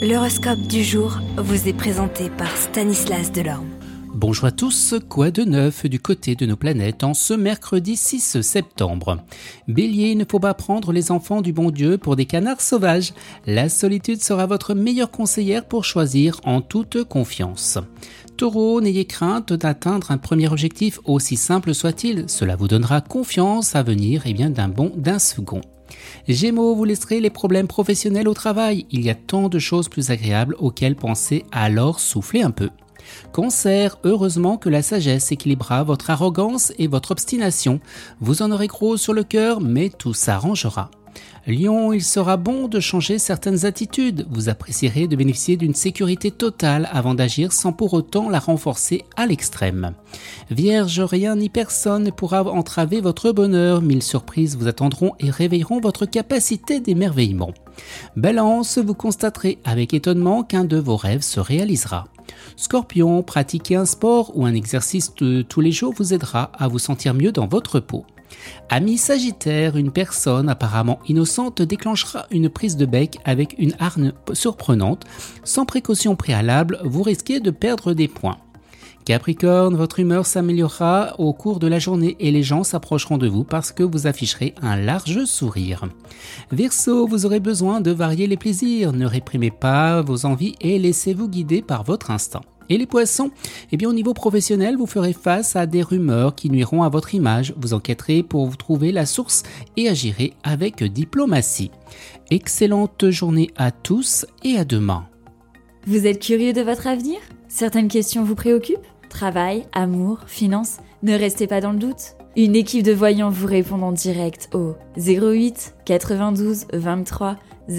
L'horoscope du jour vous est présenté par Stanislas Delorme. Bonjour à tous, quoi de neuf du côté de nos planètes en ce mercredi 6 septembre. Bélier, il ne faut pas prendre les enfants du bon Dieu pour des canards sauvages. La solitude sera votre meilleure conseillère pour choisir en toute confiance. Taureau, n'ayez crainte d'atteindre un premier objectif aussi simple soit-il, cela vous donnera confiance à venir et bien d'un second. Gémeaux, vous laisserez les problèmes professionnels au travail. Il y a tant de choses plus agréables auxquelles penser, alors soufflez un peu. Cancer, heureusement que la sagesse équilibrera votre arrogance et votre obstination. Vous en aurez gros sur le cœur, mais tout s'arrangera. Lion, il sera bon de changer certaines attitudes. Vous apprécierez de bénéficier d'une sécurité totale avant d'agir sans pour autant la renforcer à l'extrême. Vierge, rien ni personne ne pourra entraver votre bonheur. 1000 surprises vous attendront et réveilleront votre capacité d'émerveillement. Balance, vous constaterez avec étonnement qu'un de vos rêves se réalisera. Scorpion, pratiquer un sport ou un exercice de tous les jours vous aidera à vous sentir mieux dans votre peau. Ami Sagittaire, une personne apparemment innocente déclenchera une prise de bec avec une hargne surprenante. Sans précaution préalable, vous risquez de perdre des points. Capricorne, votre humeur s'améliorera au cours de la journée et les gens s'approcheront de vous parce que vous afficherez un large sourire. Verseau, vous aurez besoin de varier les plaisirs, ne réprimez pas vos envies et laissez-vous guider par votre instinct. Et les poissons, au niveau professionnel, vous ferez face à des rumeurs qui nuiront à votre image. Vous enquêterez pour vous trouver la source et agirez avec diplomatie. Excellente journée à tous et à demain. Vous êtes curieux de votre avenir ? Certaines questions vous préoccupent ? Travail, amour, finances ? Ne restez pas dans le doute. Une équipe de voyants vous répond en direct au 08 92 23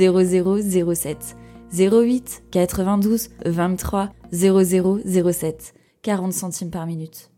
0007. 08 92 23 0007. 40 centimes par minute.